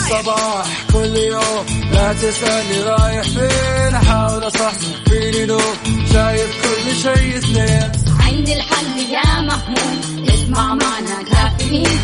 الصباح كل يوم لا تسألني رايح فين أحاول أصحصح فيني لو شايف كل شيء سنين عندي الحل يا محمود اسمع معنا كافيين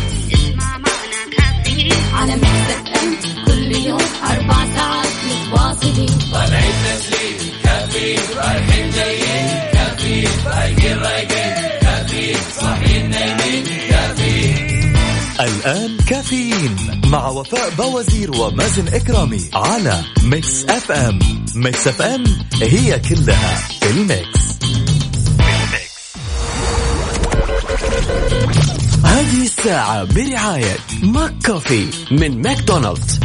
على مكس FM كل يوم 4 ساعات متواصلين طالعين تسليم كافيين رايحين جايين كافيين رايقين كافيين صاحيين نايمين كافيين. الآن كافيين مع وفاء بوازير ومازن إكرامي على ميكس اف ام. ميكس اف ام هي كلها في الميكس. هذه الساعة برعاية ماك كوفي من ماكدونالدز.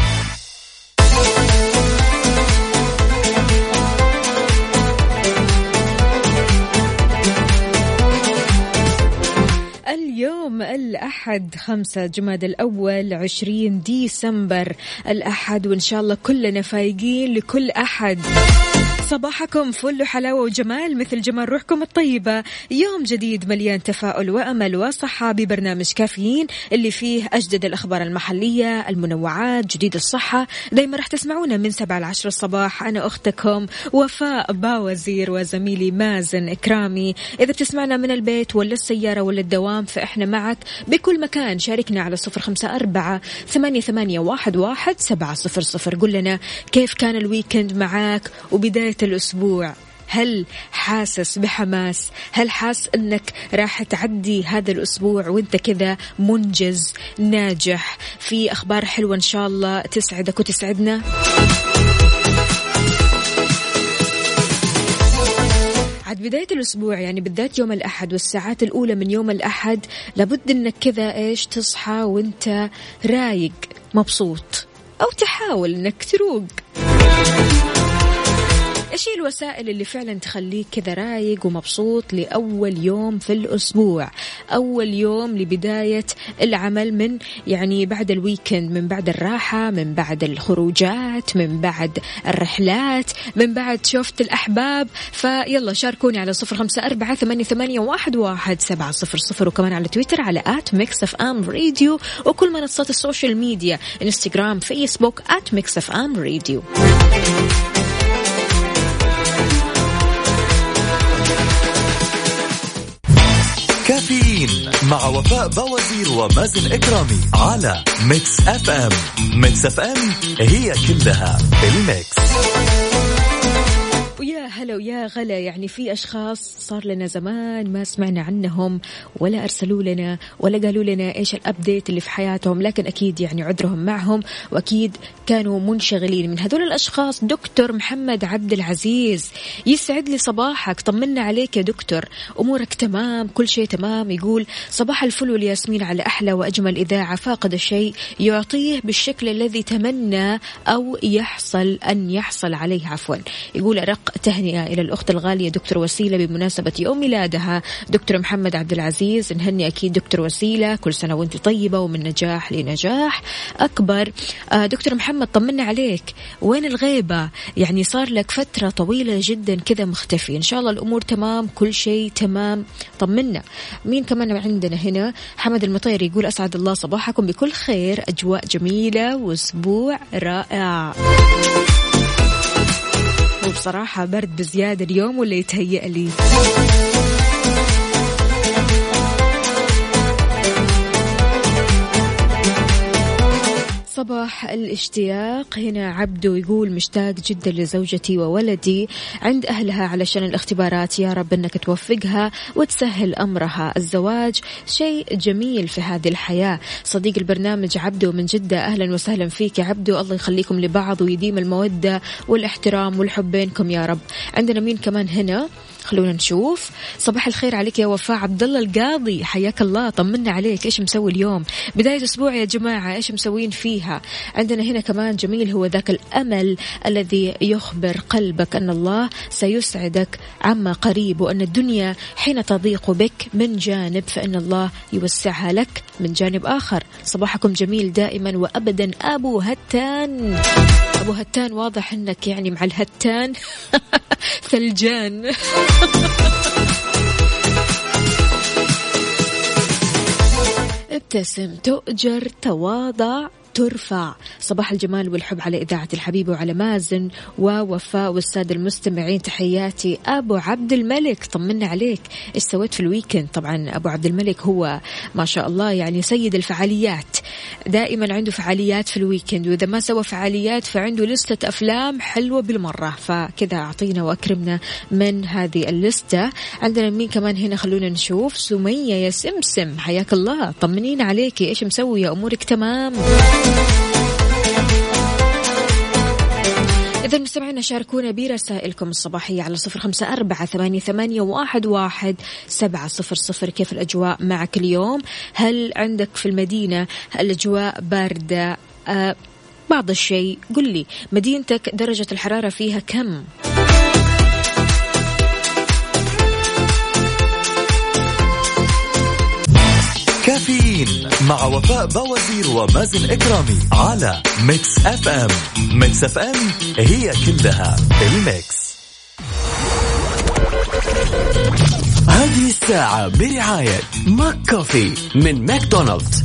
اليوم الأحد 5 جماد الأول 20 ديسمبر الأحد، وإن شاء الله كلنا فايقين لكل أحد. صباحكم فل حلاوة وجمال مثل جمال روحكم الطيبة. يوم جديد مليان تفاؤل وأمل وصحة ببرنامج كافيين اللي فيه أجدد الأخبار المحلية، المنوعات، جديد الصحة. دايما رح تسمعونا من 7 ل 10 الصباح. أنا أختكم وفاء باوزير وزميلي مازن إكرامي. إذا بتسمعنا من البيت ولا السيارة ولا الدوام فإحنا معك بكل مكان. شاركنا على 0548811700. قل لنا كيف كان الويكند معاك وبداية الأسبوع. هل حاسس بحماس؟ هل حاس أنك راح تعدي هذا الأسبوع وانت كذا منجز ناجح في أخبار حلوة إن شاء الله تسعدك وتسعدنا؟ عد بداية الأسبوع يعني بالذات يوم الأحد والساعات الأولى من يوم الأحد لابد أنك كذا إيش تصحى وانت رايق مبسوط، أو تحاول أنك تروق. إيش هي الوسائل اللي فعلا تخليك كذا رايق ومبسوط لأول يوم في الأسبوع، أول يوم لبداية العمل من يعني بعد الويكند، من بعد الراحة، من بعد الخروجات، من بعد الرحلات، من بعد شوفت الأحباب؟ فيلا شاركوني على 0548811700 وكمان على تويتر على @mixfmradio وكل منصات السوشيال ميديا انستغرام فيسبوك @mixfmradio. كافيين مع وفاء بوازير ومازن إكرامي على ميكس اف ام. ميكس اف ام هي كلها الميكس. ويا هلا ويا غلا، يعني في أشخاص صار لنا زمان ما سمعنا عنهم ولا أرسلوا لنا ولا قالوا لنا إيش الأبديت اللي في حياتهم، لكن أكيد يعني عذرهم معهم وأكيد كانوا منشغلين. من هذول الأشخاص دكتور محمد عبد العزيز. يسعد لي صباحك، طمنا عليك يا دكتور، أمورك تمام؟ كل شيء تمام؟ يقول صباح الفل والياسمين على أحلى وأجمل إذاعة. فاقد الشيء يعطيه بالشكل الذي تمنى أو يحصل عليه عفوا. يقول أرق تهنئة إلى الأخت الغالية دكتور وسيلة بمناسبة يوم ميلادها دكتور محمد عبد العزيز. نهني أكيد دكتور وسيلة، كل سنة وانت طيبة ومن نجاح لنجاح أكبر. دكتور محمد طمنا عليك، وين الغيبة؟ يعني صار لك فترة طويلة جدا كذا مختفي. إن شاء الله الأمور تمام، كل شيء تمام، طمنا. مين كمان عندنا هنا؟ حمد المطير يقول أسعد الله صباحكم بكل خير، أجواء جميلة وأسبوع رائع. وبصراحة برد بزيادة اليوم ولا يتهيأ لي؟ صباح الاشتياق. هنا عبدو يقول مشتاق جدا لزوجتي وولدي عند أهلها علشان الاختبارات، يا رب أنك توفقها وتسهل أمرها. الزواج شيء جميل في هذه الحياة. صديق البرنامج عبدو من جدة، أهلا وسهلا فيك يا عبدو، الله يخليكم لبعض ويديم المودة والاحترام والحب بينكم يا رب. عندنا مين كمان هنا؟ خلونا نشوف. صباح الخير عليك يا وفاء. عبد الله القاضي حياك الله، طمنا عليك، ايش مسوي اليوم؟ بداية اسبوع يا جماعة، ايش مسوين فيها؟ عندنا هنا كمان جميل، هو ذاك الأمل الذي يخبر قلبك أن الله سيسعدك عما قريب، وأن الدنيا حين تضيق بك من جانب فإن الله يوسعها لك من جانب آخر. صباحكم جميل دائما وأبدا. أبو هتان، أبو هتان واضح أنك يعني مع الهتان ثلجان. ابتسم تؤجر، تواضع ترفع. صباح الجمال والحب على إذاعة الحبيبة وعلى مازن ووفاء والسادة المستمعين. تحياتي أبو عبد الملك، طمنا عليك، إيش سويت في الويكند؟ طبعا أبو عبد الملك هو ما شاء الله يعني سيد الفعاليات، دائما عنده فعاليات في الويكند، وإذا ما سوى فعاليات فعنده لستة أفلام حلوة بالمرة، فكذا أعطينا وأكرمنا من هذه اللستة. عندنا مين كمان هنا؟ خلونا نشوف. سمية يا سمسم، حياك الله، طمنين عليكي، إيش مسوية؟ أمورك تمام؟ إذا مستمعينا شاركونا برسائلكم الصباحية على 0548811700. كيف الأجواء معك اليوم؟ هل عندك في المدينة الأجواء باردة؟ بعض الشيء قل لي، مدينتك درجة الحرارة فيها كم؟ كافيين مع وفاء بوازير ومازن إكرامي على ميكس اف ام. ميكس اف ام هي كلها الميكس. هذه الساعة برعاية ماك كوفي من ماكدونالدز.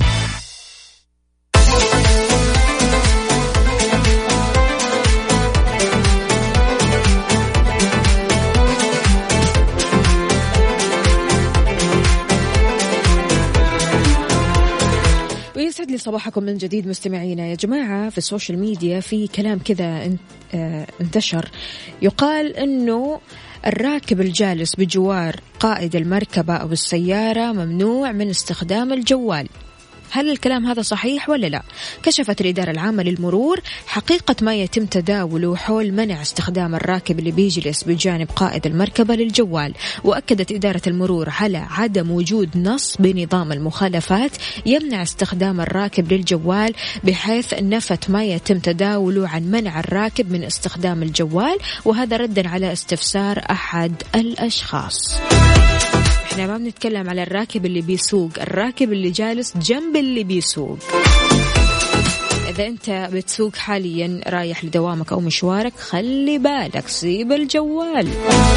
يسعد لي صباحكم من جديد مستمعينا. يا جماعة في السوشيال ميديا في كلام كذا انتشر، يقال أنه الراكب الجالس بجوار قائد المركبة أو السيارة ممنوع من استخدام الجوال. هل الكلام هذا صحيح ولا لا؟ كشفت الإدارة العامة للمرور حقيقة ما يتم تداوله حول منع استخدام الراكب اللي بيجلس بجانب قائد المركبة للجوال. وأكدت إدارة المرور على عدم وجود نص بنظام المخالفات يمنع استخدام الراكب للجوال، بحيث نفت ما يتم تداوله عن منع الراكب من استخدام الجوال، وهذا ردا على استفسار أحد الأشخاص. احنا ما بنتكلم على الراكب اللي بيسوق، الراكب اللي جالس جنب اللي بيسوق. إذا أنت بتسوق حاليا رايح لدوامك أو مشوارك، خلي بالك، سيب الجوال.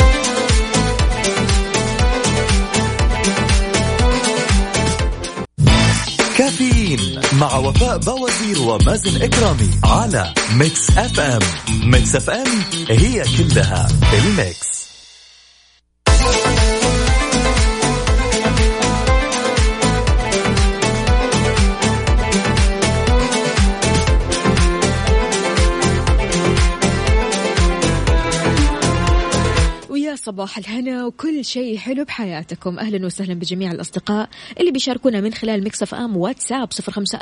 كافيين مع وفاء بوازير ومازن إكرامي على ميكس اف ام. ميكس اف ام هي كلها الميكس. صباح الهنا وكل شيء حلو بحياتكم. أهلا وسهلا بجميع الأصدقاء اللي بيشاركونا من خلال ميكس اف ام واتساب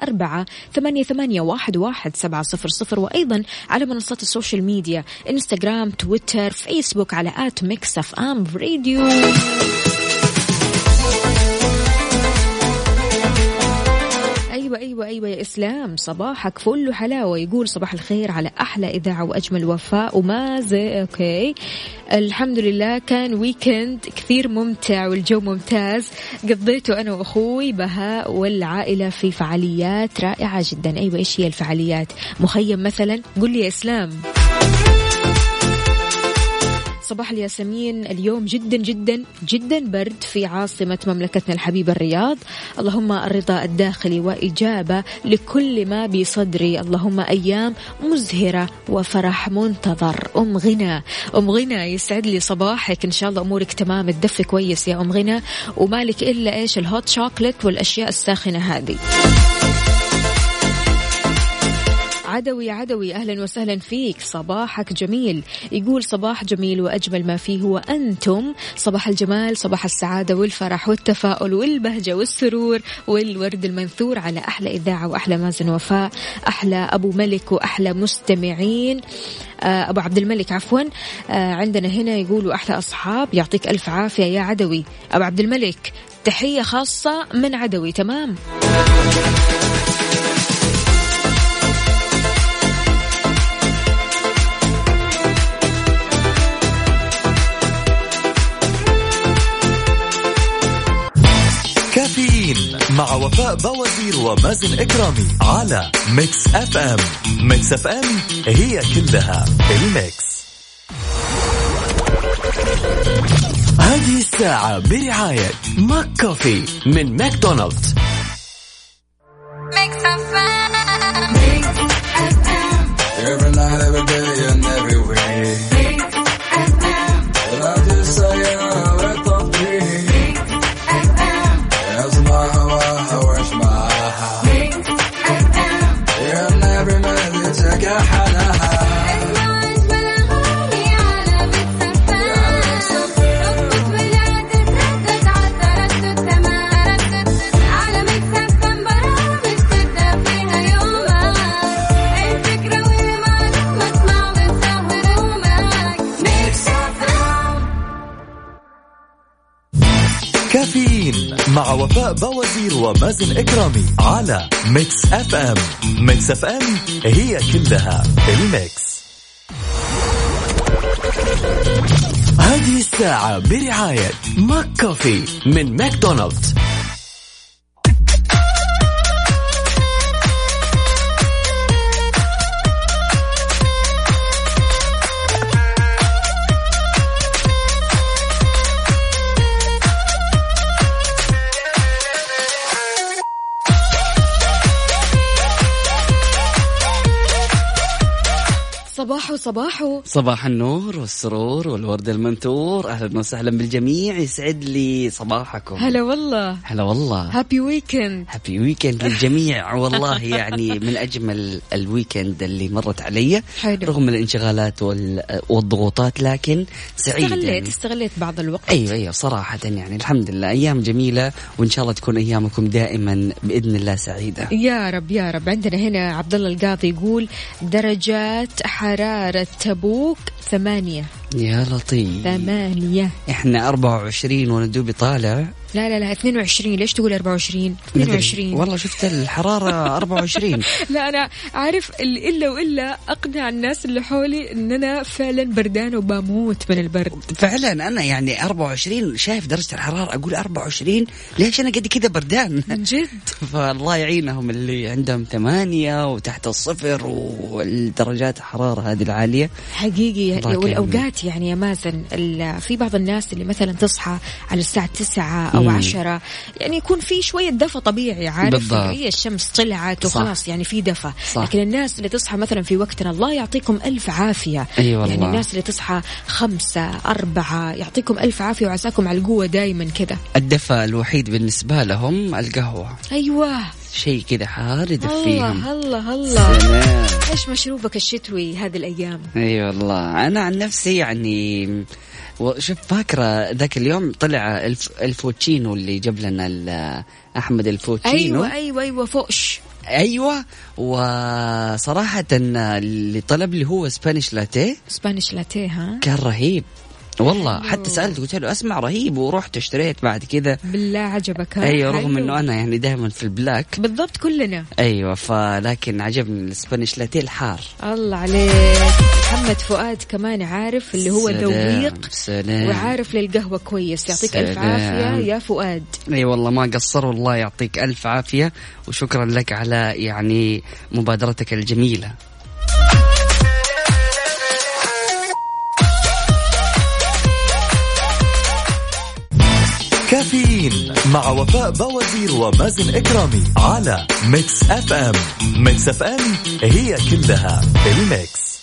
0548811700، وأيضا على منصات السوشيال ميديا إنستغرام، تويتر، فيسبوك على @mixfmradio. أيوة يا إسلام، صباحك فل حلاوة. يقول صباح الخير على أحلى إذاعة وأجمل وفاء وما زي أوكي. الحمد لله كان ويكند كثير ممتع والجو ممتاز، قضيته أنا وأخوي بهاء والعائلة في فعاليات رائعة جدا. أيوة، إيش هي الفعاليات؟ مخيم مثلا؟ قل لي يا إسلام. صباح الياسمين، اليوم جدا جدا جدا برد في عاصمة مملكتنا الحبيبة الرياض. اللهم الرضا الداخلي وإجابة لكل ما بصدري. اللهم أيام مزهرة وفرح منتظر. أم غنى يسعد لي صباحك، إن شاء الله أمورك تمام، تدفي كويس يا أم غنى، ومالك إلا إيش الهوت شوكلت والأشياء الساخنة هذه. عدوي أهلا وسهلا فيك، صباحك جميل. يقول صباح جميل وأجمل ما فيه هو أنتم، صباح الجمال، صباح السعادة والفرح والتفاؤل والبهجة والسرور والورد المنثور على أحلى إذاعة وأحلى مازن وفاء، أحلى أبو ملك وأحلى مستمعين. أبو عبد الملك عفوا. عندنا هنا يقولوا أحلى أصحاب، يعطيك ألف عافية يا عدوي. أبو عبد الملك تحية خاصة من عدوي. تمام. كافيين مع وفاء بوازير ومازن إكرامي على ميكس اف ام. ميكس اف ام هي كلها الميكس. هذه الساعة برعاية ماك كوفي من ماكدونالدز. ميكس اف ام. مع وفاء بوازير ومازن إكرامي على ميكس اف ام. ميكس اف ام هي كلها الميكس. هذه الساعة برعاية ماك كوفي من ماكدونالدز. صباح النور والسرور والورد المنثور. أهلا وسهلا بالجميع، يسعد لي صباحكم. هلا والله. هلا والله. هابي ويكند. هابي ويكند للجميع. والله يعني من أجمل الويكند اللي مرت علي رغم الانشغالات والضغوطات، لكن سعيد. استغليت بعض الوقت. أيوة صراحة يعني الحمد لله أيام جميلة، وإن شاء الله تكون أيامكم دائما بإذن الله سعيدة يا رب يا رب. عندنا هنا عبد الله القاضي يقول درجات حرارة تبوك 8. يا لطيف 8. احنا 24 وندوبي طالع. لا 22. ليش تقول 24؟ 22 والله شفت الحرارة 24. لا أنا عارف إلا أقنع الناس اللي حولي إن أنا فعلا بردان وبموت من البرد. فعلا أنا يعني 24 شايف درجة الحرارة أقول 24 ليش أنا قد كده بردان من جد. فالله يعينهم اللي عندهم 8 وتحت الصفر والدرجات الحرارة هذه العالية حقيقي. والأوقات يعني يا مازن في بعض الناس اللي مثلا تصحى على الساعة 9 أو 10 يعني يكون في شوية دفى طبيعي، عارف هي الشمس طلعت وخلاص يعني في دفى. لكن الناس اللي تصحى مثلا في وقتنا الله يعطيكم ألف عافية. أيوة يعني الناس اللي تصحى 5 4 يعطيكم ألف عافية وعساكم على القوة دايما كذا. الدفى الوحيد بالنسبة لهم القهوة. أيوة شيء كذا حار يدفيهم. الله إيش مشروبك الشتوي هذه الأيام؟ أيوة والله أنا عن نفسي يعني وشوف فاكرة ذاك اليوم طلع الفوتشينو اللي جاب لنا أحمد الفوتشينو. أيوة فوش. أيوة وصراحة اللي طلب لي هو سبانيش لاتيه ها كان رهيب والله. حتى سألت قلت له أسمع رهيب ورحت اشتريت بعد كذا. بالله عجبك؟ أيوة رغم إنه أنا يعني دائما في البلاك بالضبط كلنا. أيوة فلكن عجبني السبانيش لاتيه الحار. الله عليك. محمد فؤاد كمان عارف اللي هو ذويق وعارف للقهوة كويس. يعطيك ألف عافية يا فؤاد. أيوة والله ما قصر والله يعطيك ألف عافية وشكرا لك على يعني مبادرتك الجميلة. كافيين مع وفاء بوازير ومازن إكرامي على ميكس اف ام. ميكس اف ام هي كلها الميكس.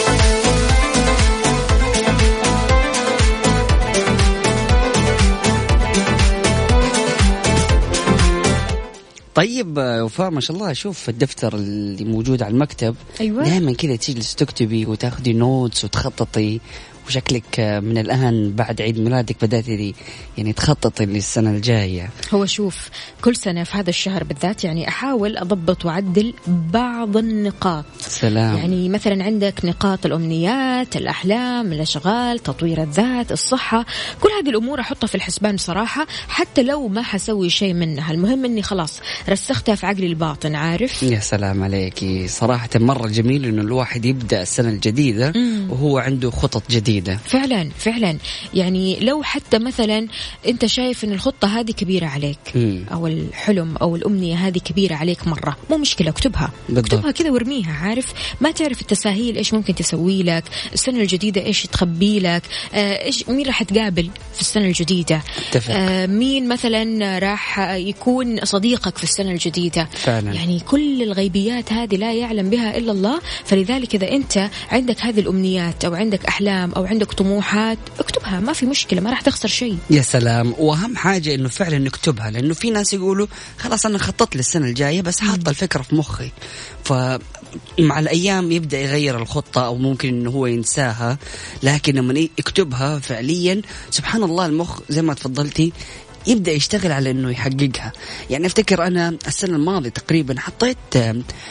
طيب وفاء ما شاء الله أشوف الدفتر اللي موجود على المكتب. أيوة. دائما كذا تجلس تكتبي وتاخدي نوتس وتخططي، وشكلك من الآن بعد عيد ميلادك بدأت يعني تخططي للسنة الجاية. هو شوف كل سنة في هذا الشهر بالذات يعني أحاول أضبط وأعدل بعض النقاط. سلام. يعني مثلا عندك نقاط الأمنيات، الأحلام، الأشغال، تطوير الذات، الصحة، كل هذه الأمور أحطها في الحسبان صراحة حتى لو ما حسوي شيء منها. المهم أني خلاص رسختها في عقلي الباطن. عارف. يا سلام عليكي. صراحة مرة جميل إنه الواحد يبدأ السنة الجديدة وهو عنده خطط جديدة. فعلا يعني لو حتى مثلا انت شايف ان الخطة هذه كبيرة عليك او الحلم او الامنية هذه كبيرة عليك مرة، مو مشكلة اكتبها كذا وارميها. عارف ما تعرف التساهيل ايش ممكن تسوي لك السنة الجديدة، ايش تخبي لك، ايش مين راح تقابل في السنة الجديدة، مين مثلا راح يكون صديقك في السنة الجديدة. فعلا. يعني كل الغيبيات هذه لا يعلم بها الا الله. فلذلك اذا انت عندك هذه الامنيات او عندك احلام او عندك طموحات اكتبها، ما في مشكلة، ما راح تخسر شيء. يا سلام. واهم حاجة انه فعلا نكتبها، لانه في ناس يقولوا خلاص انا خططت للسنة الجاية بس حاطة الفكرة في مخي، فمع الايام يبدأ يغير الخطة او ممكن انه هو ينساها. لكن لما يكتبها فعليا سبحان الله المخ زي ما تفضلتي يبدأ يشتغل على انه يحققها. يعني افتكر انا السنة الماضية تقريبا حطيت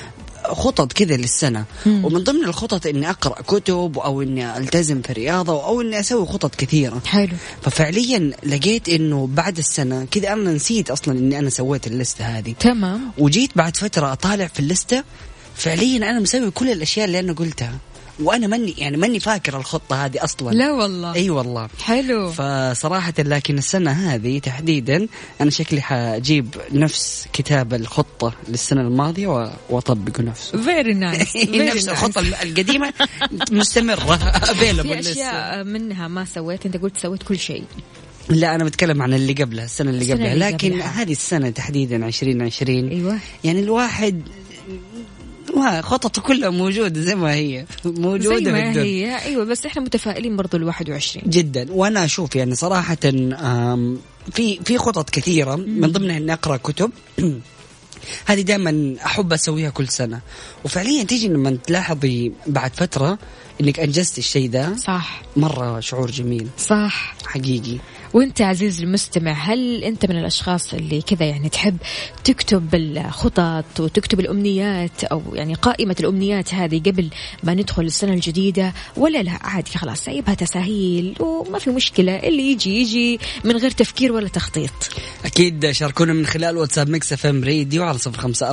خطط كذا للسنة. ومن ضمن الخطط إني أقرأ كتب أو إني ألتزم في الرياضة أو إني أسوي خطط كثيرة. حلو. ففعليا لقيت إنه بعد السنة كذا أنا نسيت أصلا إني أنا سويت الليستة هذه. تمام. وجيت بعد فترة أطالع في الليستة، فعليا أنا مسوي كل الأشياء اللي أنا قلتها وأنا ماني فاكر الخطة هذه أصلا. لا والله. أي والله. حلو. فصراحة لكن السنة هذه تحديدا أنا شكلي حجيب نفس كتاب الخطة للسنة الماضية وأطبقه نفسه. very nice. نفس الخطة القديمة مستمرة. في أشياء منها ما سويت، أنت قلت سويت كل شيء. لا أنا بتكلم عن اللي قبلها، السنة اللي قبلها، لكن هذه السنة تحديدا 2020. أيوة. يعني الواحد خططه كلها موجودة زي ما هي موجودة زي ما هي. أيوة بس إحنا متفائلين برضو 21 جدا. وأنا أشوف يعني صراحة في خطط كثيرة من ضمنها إني أقرأ كتب. هذه دائما أحب أسويها كل سنة، وفعليا تيجي لما تلاحظي بعد فترة إنك أنجزت الشيء ده. صح. مرة شعور جميل. صح حقيقي. وانت عزيز المستمع، هل انت من الاشخاص اللي كذا يعني تحب تكتب الخطط وتكتب الامنيات او يعني قائمة الامنيات هذه قبل ما ندخل السنة الجديدة، ولا لا عادي خلاص سايبها تساهيل وما في مشكلة، اللي يجي من غير تفكير ولا تخطيط؟ اكيد شاركونا من خلال واتساب ميكس اف ام راديو على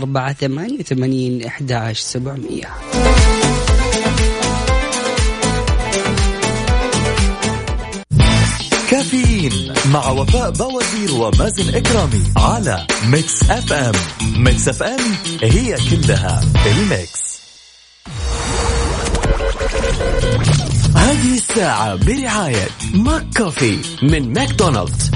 0548811700. كافيين مع وفاء بوازير ومازن إكرامي على ميكس اف ام. ميكس اف ام هي كلها الميكس. هذه الساعة برعاية ماك كوفي من ماكدونالدز.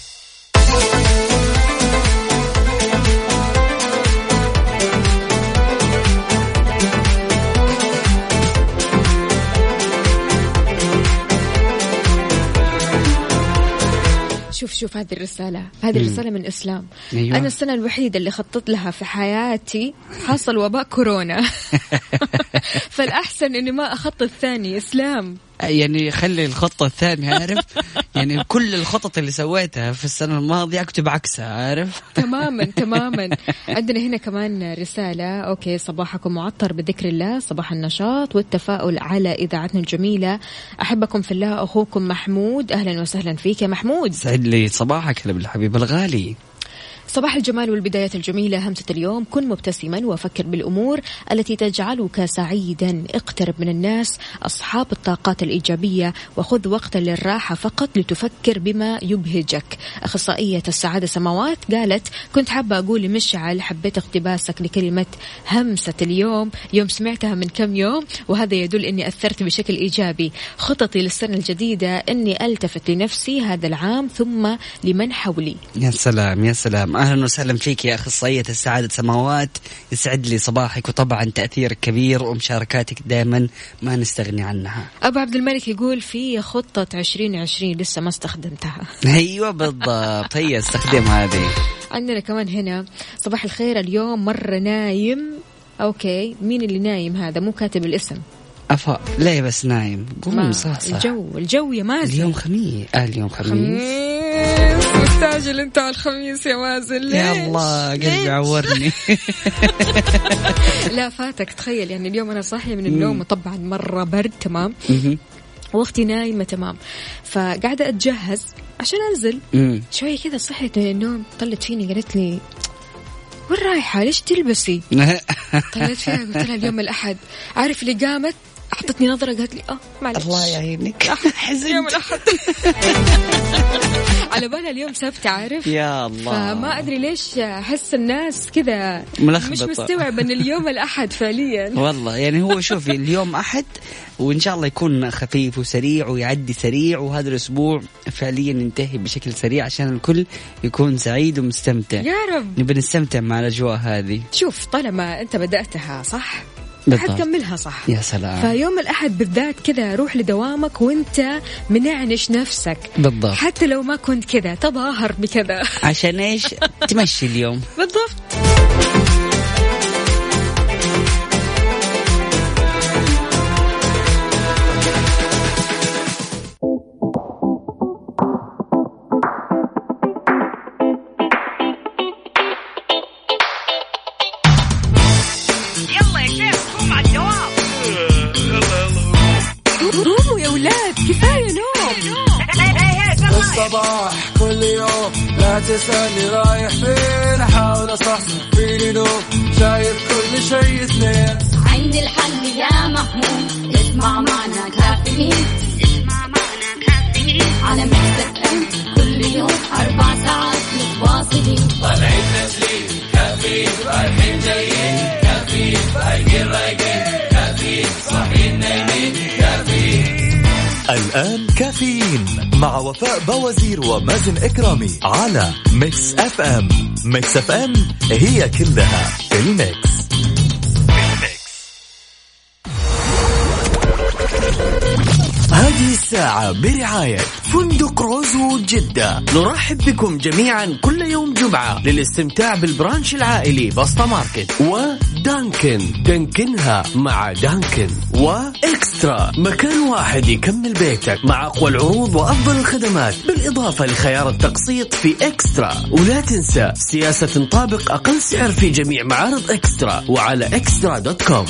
شوف هذه الرسالة من إسلام. أيوة. أنا السنة الوحيدة اللي خطط لها في حياتي حصل وباء كورونا. فالأحسن إني ما أخطط ثاني. إسلام يعني خلي الخطة الثانية، عارف يعني كل الخطط اللي سويتها في السنة الماضية أكتب عكسها، عارف. تماما. عندنا هنا كمان رسالة. أوكي، صباحكم معطر بذكر الله، صباح النشاط والتفاؤل على إذاعتنا الجميلة، أحبكم في الله، أخوكم محمود. أهلا وسهلا فيك يا محمود. سعد لي صباحك الحبيب الغالي. صباح الجمال والبدايات الجميلة. همسة اليوم: كن مبتسما وفكر بالأمور التي تجعلك سعيدا، اقترب من الناس أصحاب الطاقات الإيجابية، وخذ وقتا للراحة فقط لتفكر بما يبهجك. أخصائية السعادة سماوات قالت: كنت حابة أقول لمشعل حبيت اقتباسك لكلمة همسة اليوم يوم سمعتها من كم يوم، وهذا يدل أني أثرت بشكل إيجابي. خططي للسنة الجديدة أني ألتفت لنفسي هذا العام ثم لمن حولي. يا سلام يا سلام. أهلا وسهلا فيك يا أخصائية السعادة سماوات، يسعد لي صباحك، وطبعا تأثيرك كبير ومشاركاتك دائما ما نستغني عنها. أبو عبد الملك يقول: في خطة 2020 لسه ما استخدمتها. أيوة بالضبط، هي استخدم هذه. عندنا كمان هنا: صباح الخير، اليوم مرة نايم. أوكي، مين اللي نايم هذا؟ مو كاتب الاسم. ليه بس نايم؟ قوم صحصح. الجو يا مازن. اليوم خميس. اليوم خميس. مستعجل انت على الخميس يا مازن. ليش؟ يا الله قلبي عورني. لا فاتك، تخيل يعني اليوم انا صاحية من النوم وطبعا مرة برد تمام، واختي نايمة تمام، فقاعدة اتجهز عشان انزل. شوية كذا صحيت من النوم، طلت فيني قالت لي: وين رايحة؟ ليش تلبسي؟ طلعت فيها قلت لها: اليوم الأحد. عارف اللي قامت أعطتني نظرة قالت لي: معلش الله يعينك، حزنت. يوم الأحد. على بالها اليوم سبت، عارف. يا الله. فما أدري ليش أحس الناس كذا مش مستوعب أن اليوم الأحد فعليا. والله يعني هو شوفي اليوم أحد، وإن شاء الله يكون خفيف وسريع ويعدي سريع، وهذا الأسبوع فعليا ينتهي بشكل سريع عشان الكل يكون سعيد ومستمتع. يا رب نبي نستمتع مع الأجواء هذه. شوف، طالما أنت بدأتها صح حتكملها صح. يا سلام. فيوم الأحد بالذات كذا روح لدوامك وانت منعنش نفسك. بالضبط. حتى لو ما كنت كذا تظاهر بكذا. عشان ايش؟ تمشي اليوم. بالضبط. يلا يا يا ولاد كفاية نوم. الصباح كل يوم لا تسألني رايح فين، أحاول أصحصح فيني نوم، شايف كل شيء اثنين. عندي الحل يا محمود، اسمع معنا كافيين، على ميكس اف ام كل يوم 4 ساعات متواصلين. طالعين تسليم كافيين، رايحين جايين كافيين، رايقين رايقين كافيين، صاحيين نايمين كافيين. الآن كافيين مع وفاء بوازير ومازن إكرامي على ميكس اف ام. ميكس اف ام هي كلها الميكس. هذه الساعة برعاية فندق روزو جدة. نرحب بكم جميعا كل يوم جمعة للاستمتاع بالبرانش العائلي بسطة ماركت، ودانكن دانكنها مع دانكن، وإكسترا مكان واحد يكمل بيتك مع أقوى العروض وأفضل الخدمات، بالإضافة لخيار التقسيط في إكسترا. ولا تنسى سياسة تنطبق أقل سعر في جميع معارض إكسترا وعلى extra.com.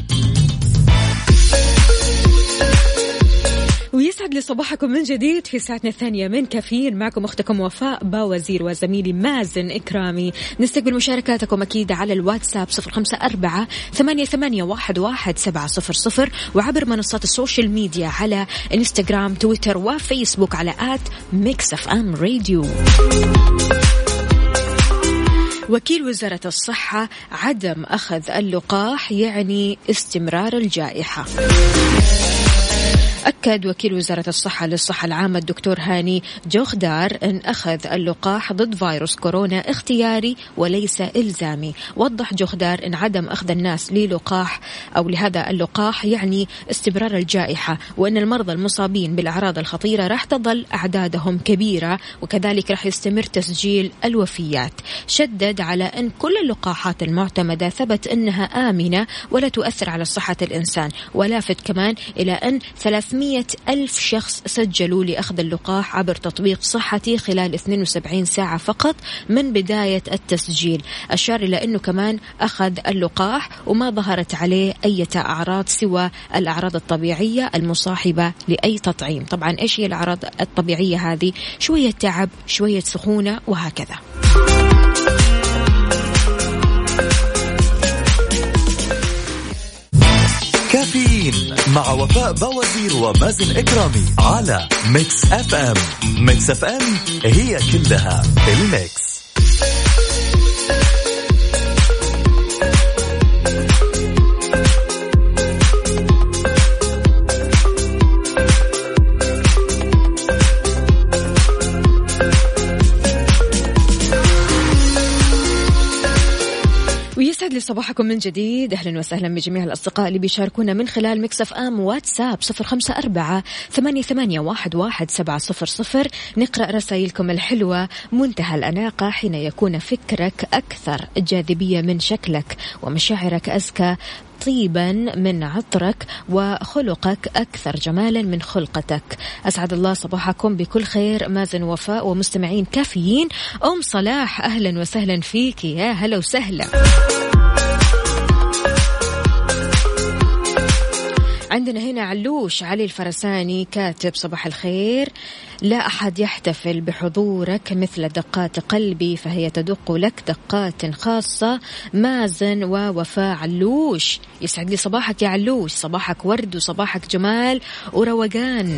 ويسعد لي صباحكم من جديد في ساعتنا الثانية من كافيين. معكم أختكم وفاء باوزير وزميلي مازن إكرامي. نستقبل مشاركاتكم أكيد على الواتساب 0548811700 وعبر منصات السوشيال ميديا على إنستغرام تويتر وفيسبوك على @mixfmradio. وكيل وزارة الصحة: عدم أخذ اللقاح يعني استمرار الجائحة. أكد وكيل وزارة الصحة للصحة العامة الدكتور هاني جوخدار أن أخذ اللقاح ضد فيروس كورونا اختياري وليس إلزامي. وضح جوخدار أن عدم أخذ الناس للقاح أو لهذا اللقاح يعني استمرار الجائحة، وأن المرضى المصابين بالأعراض الخطيرة راح تظل أعدادهم كبيرة، وكذلك راح يستمر تسجيل الوفيات. شدد على أن كل اللقاحات المعتمدة ثبت أنها آمنة ولا تؤثر على صحة الإنسان، ولافت كمان إلى أن 300,000 شخص سجلوا لأخذ اللقاح عبر تطبيق صحتي خلال 72 ساعة فقط من بداية التسجيل. أشار إلى أنه كمان أخذ اللقاح وما ظهرت عليه أي أعراض سوى الأعراض الطبيعية المصاحبة لأي تطعيم. طبعا إيش هي الأعراض الطبيعية هذه؟ شوية تعب، شوية سخونة، وهكذا. كافيين مع وفاء بوازير ومازن إكرامي على ميكس اف ام. ميكس اف ام هي كلها الميكس. ويسعد لي صباحكم من جديد. أهلا وسهلا بجميع الأصدقاء اللي بيشاركونا من خلال ميكس اف ام واتساب 0548811700. نقرأ رسائلكم الحلوة. منتهى الأناقة حين يكون فكرك أكثر جاذبية من شكلك، ومشاعرك أزكى طيبا من عطرك، وخلقك أكثر جمالا من خلقتك. أسعد الله صباحكم بكل خير مازن وفاء ومستمعين كافيين. أم صلاح أهلا وسهلا فيك، يا هلا وسهلا. عندنا هنا علوش علي الفرساني كاتب: صباح الخير، لا أحد يحتفل بحضورك مثل دقات قلبي، فهي تدق لك دقات خاصة. مازن ووفاء. علوش يسعد لي صباحك يا علوش، صباحك ورد وصباحك جمال وروقان.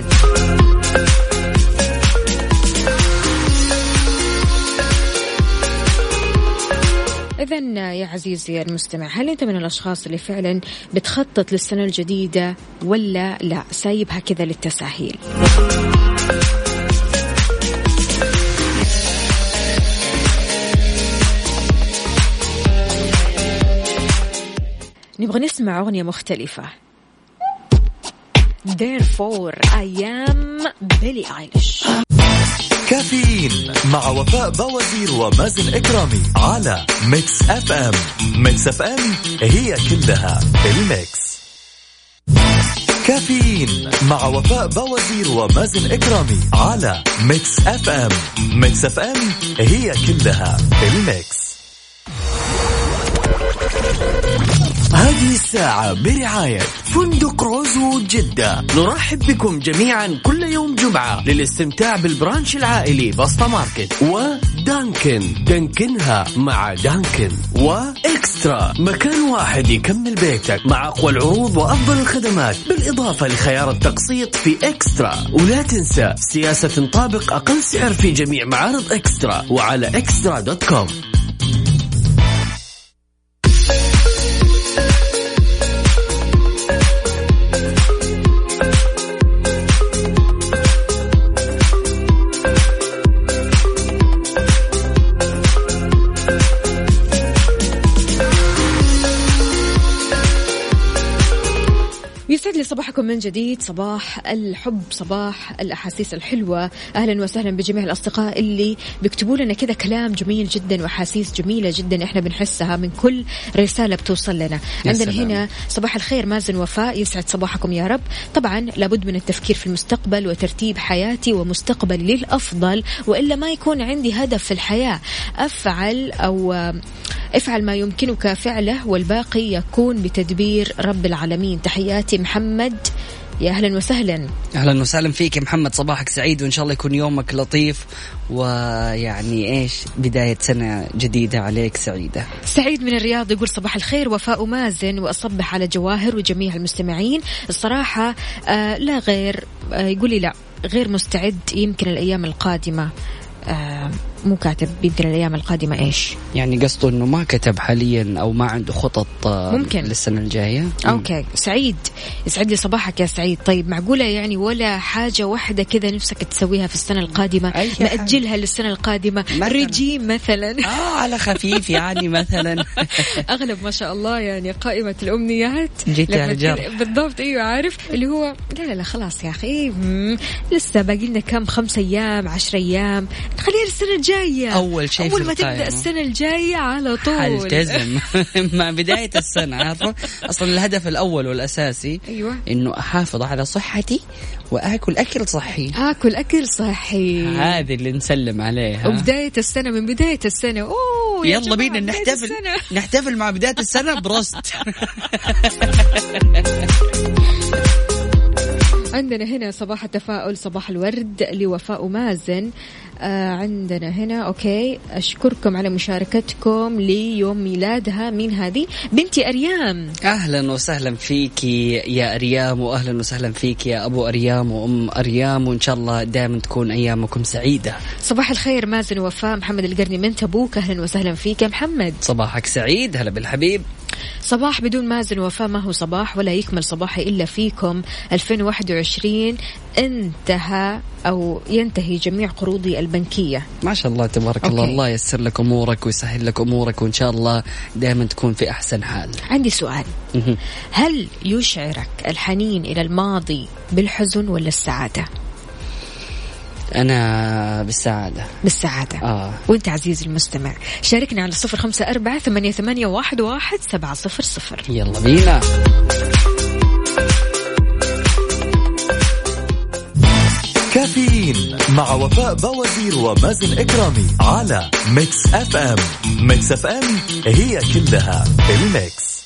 إذن يا عزيزي المستمع، هل أنت من الأشخاص اللي فعلا بتخطط للسنة الجديدة ولا لا سايبها كذا للتساهيل؟ نبغى نسمع أغنية مختلفة. Therefore I am Billie Eilish. كافيين مع وفاء بوازير ومازن إكرامي على ميكس اف ام. ميكس اف ام هي كلها الميكس. كافيين مع وفاء بوازير ومازن إكرامي على ميكس اف ام. ميكس اف ام هي كلها الميكس. هذه الساعة برعاية فندق روزو جدة. نرحب بكم جميعا كل يوم جمعة للاستمتاع بالبرانش العائلي بسطة ماركت، ودانكن دانكنها مع دانكن، وإكسترا مكان واحد يكمل بيتك مع أقوى العروض وأفضل الخدمات بالإضافة لخيار التقسيط في إكسترا. ولا تنسى سياسة تنطبق أقل سعر في جميع معارض إكسترا وعلى extra.com. يسعد لي صباحكم من جديد، صباح الحب، صباح الأحاسيس الحلوة. أهلا وسهلا بجميع الأصدقاء اللي بيكتبوا لنا كذا كلام جميل جدا وأحاسيس جميلة جدا إحنا بنحسها من كل رسالة بتوصل لنا. عندنا هنا صباح الخير مازن وفاء، يسعد صباحكم يا رب. طبعا لابد من التفكير في المستقبل وترتيب حياتي ومستقبلي للأفضل، وإلا ما يكون عندي هدف في الحياة. افعل ما يمكنك فعله والباقي يكون بتدبير رب العالمين. تحياتي محمد. يا أهلا وسهلا. أهلا وسهلا فيك يا محمد، صباحك سعيد وإن شاء الله يكون يومك لطيف، ويعني بداية سنة جديدة عليك سعيدة. سعيد من الرياض يقول صباح الخير وفاء مازن، وأصبح على جواهر وجميع المستمعين. الصراحة لا غير يقول لي لا غير مستعد، يمكن الأيام القادمة. مو كاتب يمكن الأيام القادمة إيش يعني؟ قصده إنه ما كتب حاليا أو ما عنده خطط ممكن للسنة الجاية. أوكي سعيد، يسعد لي صباحك يا سعيد. طيب معقولة يعني ولا حاجة واحدة كذا نفسك تسويها في السنة القادمة مأجلها للسنة القادمة مثلاً. ريجيم مثلا على خفيف يعني مثلا. أغلب ما شاء الله يعني قائمة الأمنيات جيت على جرح بالضبط. أيوة عارف اللي هو لا خلاص يا أخي لسه باقي لنا كم 5 أيام 10 أيام، خلينا السنة الجاية أول شيء أول ما تبدأ السنة الجاية على طول حلتزم مع بداية السنة. عارفة أصلا الهدف الأول والأساسي أيوة إنه أحافظ على صحتي وأكل أكل صحي. أكل أكل صحي، هذه اللي نسلم عليها. وبداية السنة من بداية السنة. أوه يلا بينا نحتفل مع بداية السنة بروست. عندنا هنا صباح التفاؤل، صباح الورد لوفاء مازن. عندنا هنا أوكي، أشكركم على مشاركتكم ليوم ميلادها. مين هذه؟ بنتي أريام. أهلا وسهلا فيك يا أريام، وأهلا وسهلا فيك يا أبو أريام وأم أريام، وإن شاء الله دائما تكون أيامكم سعيدة. صباح الخير مازن وفاء، محمد القرني من تبوك. أهلا وسهلا فيك يا محمد. صباحك سعيد، هلا بالحبيب. صباح بدون مازن وفاء ما هو صباح، ولا يكمل صباحي إلا فيكم. 2021 انتهى أو ينتهي جميع قروضي البنكية. ما شاء الله تبارك الله. الله ييسر لك أمورك ويسهل لك أمورك، وإن شاء الله دائما تكون في أحسن حال. عندي سؤال، هل يشعرك الحنين إلى الماضي بالحزن ولا السعادة؟ أنا بالسعادة. وأنت عزيزي المستمع شاركنا على 0548811700. يلا بينا. كافيين مع وفاء بوازير ومازن إكرامي على ميكس اف ام. ميكس اف ام هي كلها الميكس.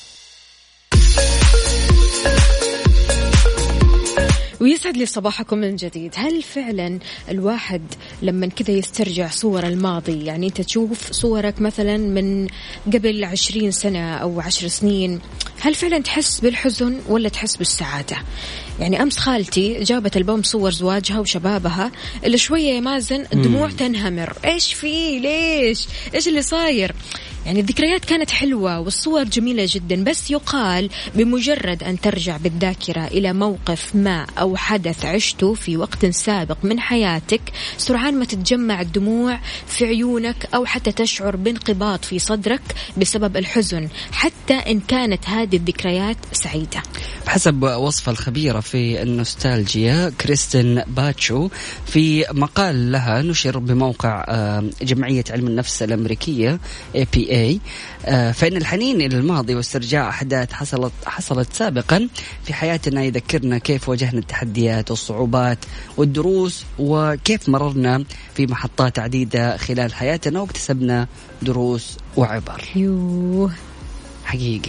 ويسعد لي صباحكم من جديد. هل فعلا الواحد لما كذا يسترجع صور الماضي، يعني أنت تشوف صورك مثلا من قبل 20 سنة أو 10 سنين، هل فعلا تحس بالحزن ولا تحس بالسعادة؟ يعني أمس خالتي جابت البوم صور زواجها وشبابها، اللي شوية يا مازن الدموع تنهمر. إيش فيه؟ ليش؟ إيش اللي صاير؟ يعني الذكريات كانت حلوة والصور جميلة جدا، بس يقال بمجرد أن ترجع بالذاكرة إلى موقف ما أو حدث عشته في وقت سابق من حياتك، سرعان ما تتجمع الدموع في عيونك، أو حتى تشعر بانقباض في صدرك بسبب الحزن، حتى إن كانت هذه الذكريات سعيدة. بحسب وصفة الخبيرة في النوستالجيا كريستين باتشو في مقال لها نشر بموقع جمعية علم النفس الأمريكية APA، فإن الحنين إلى الماضي واسترجاع أحداث حصلت سابقا في حياتنا يذكرنا كيف واجهنا التحديات والصعوبات والدروس، وكيف مررنا في محطات عديدة خلال حياتنا واكتسبنا دروس وعبر. يوه حقيقي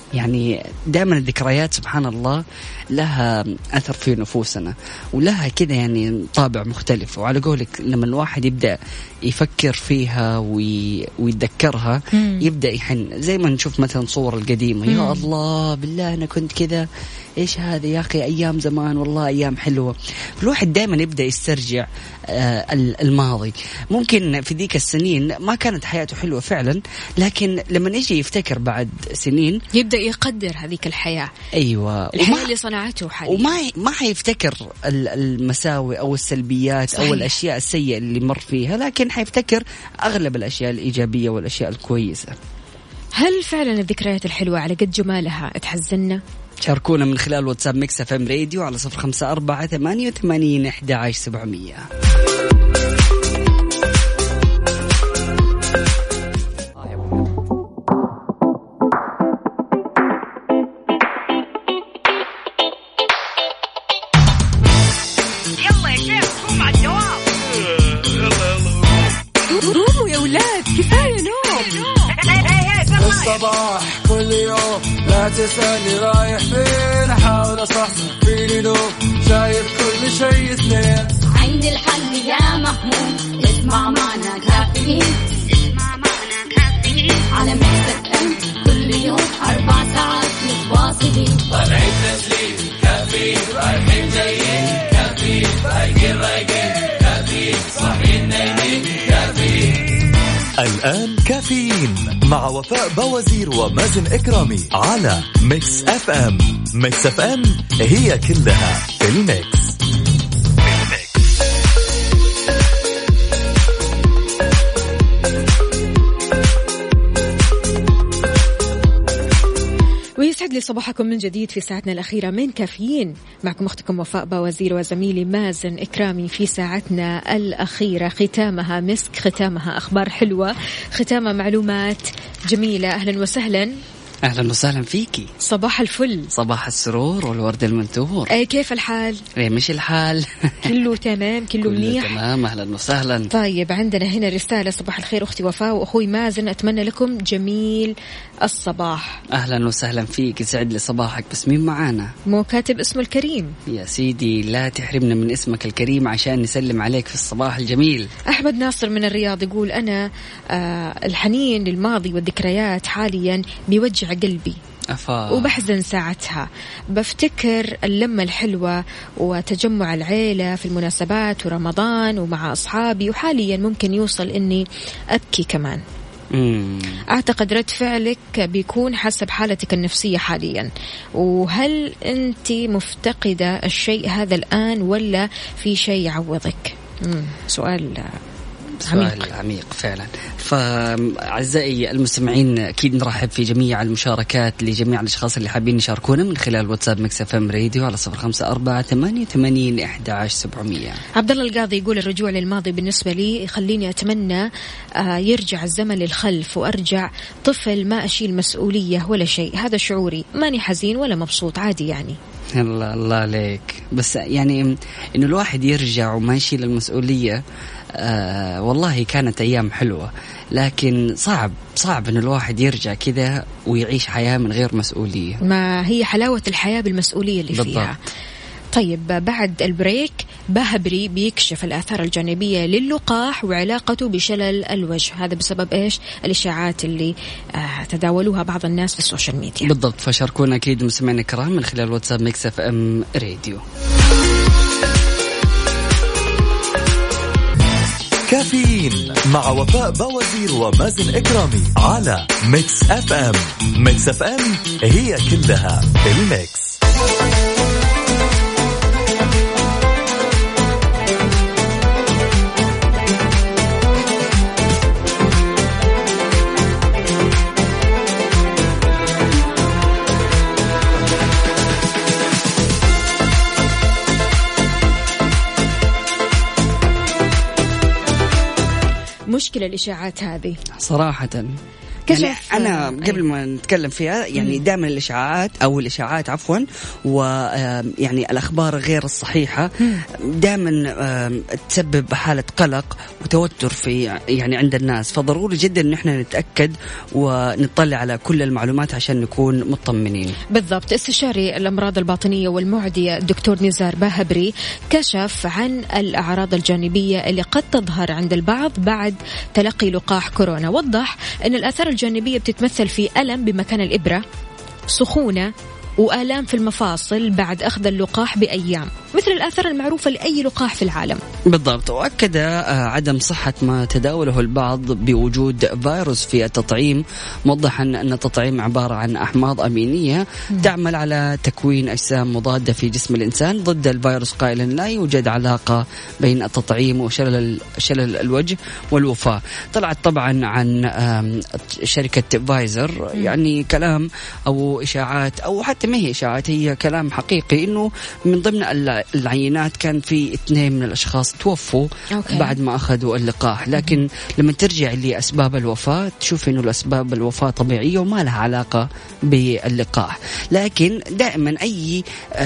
يعني دائما الذكريات سبحان الله لها أثر في نفوسنا ولها كذا يعني طابع مختلف. وعلى قولك لما الواحد يبدأ يفكر فيها ويتذكرها يبدأ يحن، زي ما نشوف مثلا صور القديمة، يا الله بالله أنا كنت كذا، إيش هذا يا أخي، أيام زمان والله أيام حلوة. الواحد دائما يبدأ يسترجع الماضي. ممكن في ذيك السنين ما كانت حياته حلوة فعلا، لكن لما يجي يفتكر بعد سنين يبدأ يقدر هذيك الحياة. أيوة، الحياة اللي صنعته حاليا، وما حيفتكر المساوئ أو السلبيات صحيح. أو الأشياء السيئة اللي مر فيها، لكن حيفتكر أغلب الأشياء الإيجابية والأشياء الكويسة. هل فعلا الذكريات الحلوة على قد جمالها تحزننا؟ شاركونا من خلال واتساب ميكس اف ام راديو على 0548811700. يلا يا شيخ قوم على الدوام. قوموا يا ولاد كفاية نوم. الصباح كل يوم لا تسألني رايح فين، أحاول أصحصح فيني نوم، شايف كل شيء اثنين. عندي الحل يا محمود، اسمع معنا كافيين، اسمع معنا كافيين على ميكس اف ام كل يوم 4 ساعات متواصلين. طالعين تسليم كافيين، رايحين جايين كافيين، رايقين رايقين كافيين، صاحيين نايمين كافيين. الآن كافيين مع وفاء بوازير ومازن إكرامي على ميكس اف ام. ميكس اف ام هي كلها في الميكس. ويسعد لي صباحكم من جديد في ساعتنا الأخيرة من كافيين. معكم أختكم وفاء باوزير وزميلي مازن إكرامي في ساعتنا الأخيرة، ختامها مسك، ختامها أخبار حلوة، ختامها معلومات جميلة. أهلا وسهلا. أهلا وسهلا فيكي. صباح الفل، صباح السرور والورد المنثور. كيف الحال؟ مش الحال كله تمام، كله منيح تمام. أهلا وسهلا. طيب عندنا هنا رسالة: صباح الخير أختي وفاء وأخوي مازن، أتمنى لكم جميل الصباح. أهلا وسهلا فيك، يسعد لي صباحك. بس مين معانا؟ مو كاتب اسمه الكريم. يا سيدي لا تحرمنا من اسمك الكريم عشان نسلم عليك في الصباح الجميل. أحمد ناصر من الرياض يقول: أنا الحنين للماضي والذكريات حاليا بيوجع قلبي وبحزن ساعتها، بفتكر اللمة الحلوة وتجمع العيلة في المناسبات ورمضان ومع أصحابي، وحاليا ممكن يوصل إني أبكي كمان. أعتقد رد فعلك بيكون حسب حالتك النفسية حاليا، وهل أنت مفتقدة الشيء هذا الآن ولا في شيء يعوضك؟ سؤال عميق فعلا. فأعزائي المستمعين أكيد نرحب في جميع المشاركات لجميع الأشخاص اللي حابين يشاركونا من خلال واتساب ميكس اف ام راديو على 0548811700. عبد الله القاضي يقول: الرجوع للماضي بالنسبة لي يخليني أتمنى يرجع الزمن للخلف وأرجع طفل ما أشيل مسؤولية ولا شيء، هذا شعوري، ماني حزين ولا مبسوط، عادي يعني. الله عليك. بس يعني إنه الواحد يرجع وما يشيل المسؤولية، والله كانت أيام حلوة، لكن صعب إن الواحد يرجع كذا ويعيش حياة من غير مسؤولية. ما هي حلاوة الحياة بالمسؤولية اللي بالضبط. فيها. طيب بعد البريك باهبري بيكشف الآثار الجانبية للقاح وعلاقته بشلل الوجه، هذا بسبب إيش؟ الإشاعات اللي تداولوها بعض الناس في السوشيال ميديا. بالضبط. فشاركونا أكيد مستمعينا الكرام من خلال واتساب ميكس اف ام راديو. كافيين مع وفاء بوازير ومازن إكرامي على ميكس اف ام. ميكس اف ام هي كلها في الميكس. مشكلة الإشاعات هذه صراحة يعني أنا قبل ما نتكلم فيها يعني دائما الإشاعات عفوا ويعني الأخبار غير الصحيحة دائما تسبب حالة قلق وتوتر في يعني عند الناس، فضروري جدا إن احنا نتأكد ونطلع على كل المعلومات عشان نكون مطمنين. بالضبط. استشاري الأمراض الباطنية والمعدية الدكتور نزار باهبري كشف عن الأعراض الجانبية اللي قد تظهر عند البعض بعد تلقي لقاح كورونا. وضح أن الآثار الجانبية بتتمثل في ألم بمكان الإبرة، سخونة، وآلام في المفاصل بعد أخذ اللقاح بأيام، مثل الآثار المعروفة لأي لقاح في العالم. بالضبط. وأكد عدم صحة ما تداوله البعض بوجود فيروس في التطعيم، موضحا أن التطعيم عبارة عن أحماض أمينية تعمل على تكوين أجسام مضادة في جسم الإنسان ضد الفيروس، قائلا لا يوجد علاقة بين التطعيم وشلل الوجه والوفاة. طلعت طبعا عن شركة فايزر يعني كلام أو إشاعات، أو حتى ما هي إشاعات، هي كلام حقيقي، إنه من ضمن العينات كان في 2 من الأشخاص توفوا بعد ما أخذوا اللقاح. لكن لما ترجع لأسباب الوفاة تشوف إنه الأسباب الوفاة طبيعية وما لها علاقة باللقاح. لكن دائما أي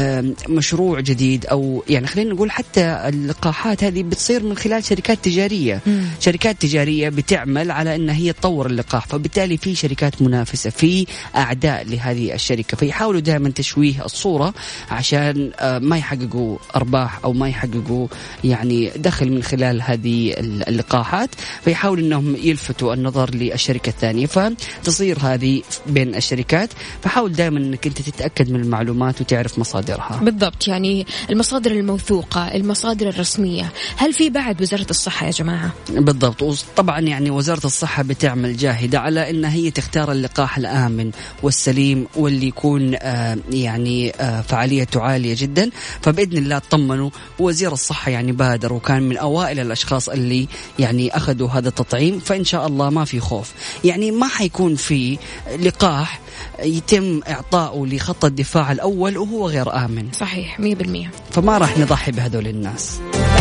مشروع جديد أو يعني خلينا نقول حتى اللقاحات هذه بتصير من خلال شركات تجارية، شركات تجارية بتعمل على أن هي تطور اللقاح، فبالتالي في شركات منافسة، في أعداء لهذه الشركة، فيحاولوا دائما تشويه الصورة عشان ما يحققوا أرباح أو ما يحققوا يعني دخل من خلال هذه اللقاحات، فيحاول أنهم يلفتوا النظر للشركة الثانية، فتصير هذه بين الشركات. فحاول دائما أنك أنت تتأكد من المعلومات وتعرف مصادرها. بالضبط، يعني المصادر الموثوقة، المصادر الرسمية. هل في بعد وزارة الصحة يا جماعة؟ بالضبط. وطبعا يعني وزارة الصحة بتعمل جاهدة على أن هي تختار اللقاح الآمن والسليم واللي يكون يعني فعاليته عالية جدا، فبإذن الله اطمنوا. وزير الصحة يعني بادر وكان من أوائل الأشخاص اللي يعني أخذوا هذا التطعيم، فإن شاء الله ما في خوف. يعني ما حيكون في لقاح يتم إعطائه لخط الدفاع الأول وهو غير آمن. صحيح 100%. فما راح نضحي بهذول الناس.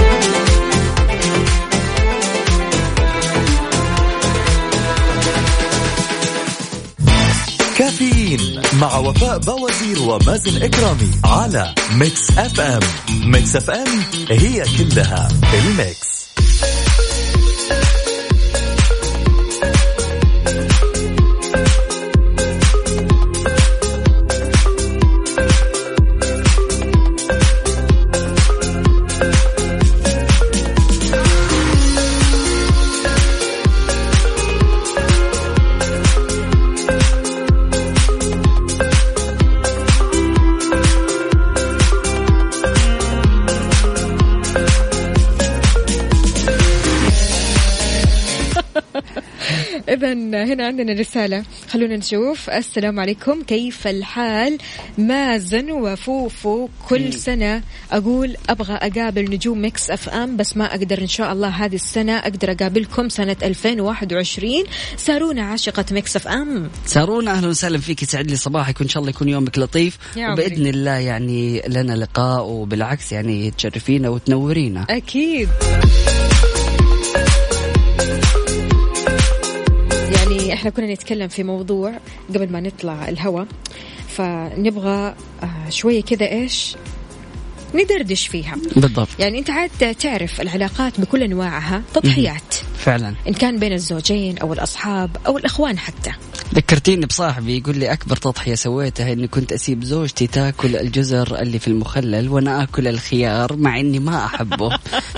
كافيين مع وفاء بوازير ومازن إكرامي على ميكس اف ام. ميكس اف ام هي كلها الميكس. إذن هنا عندنا رسالة، خلونا نشوف. السلام عليكم، كيف الحال؟ مازن وفوفو، كل سنة أقول أبغى أقابل نجوم ميكس اف ام بس ما أقدر، إن شاء الله هذه السنة أقدر أقابلكم سنة 2021. سارونا عاشقة ميكس اف ام. سارونا أهلا وسهلا فيك، يسعد لي صباحك وإن شاء الله يكون يومك لطيف، وبإذن الله يعني لنا لقاء، وبالعكس يعني تشرفينا وتنورينا أكيد. يعني احنا كنا نتكلم في موضوع قبل ما نطلع الهوا، فنبغى شوية كذا ايش ندردش فيها. بالضبط. يعني انت عاد تعرف العلاقات بكل انواعها تضحيات فعلا، ان كان بين الزوجين او الاصحاب او الاخوان حتى. ذكرتيني بصاحبي يقول لي أكبر تضحية سويتها إني كنت أسيب زوجتي تاكل الجزر اللي في المخلل وأنا أكل الخيار مع إني ما أحبه.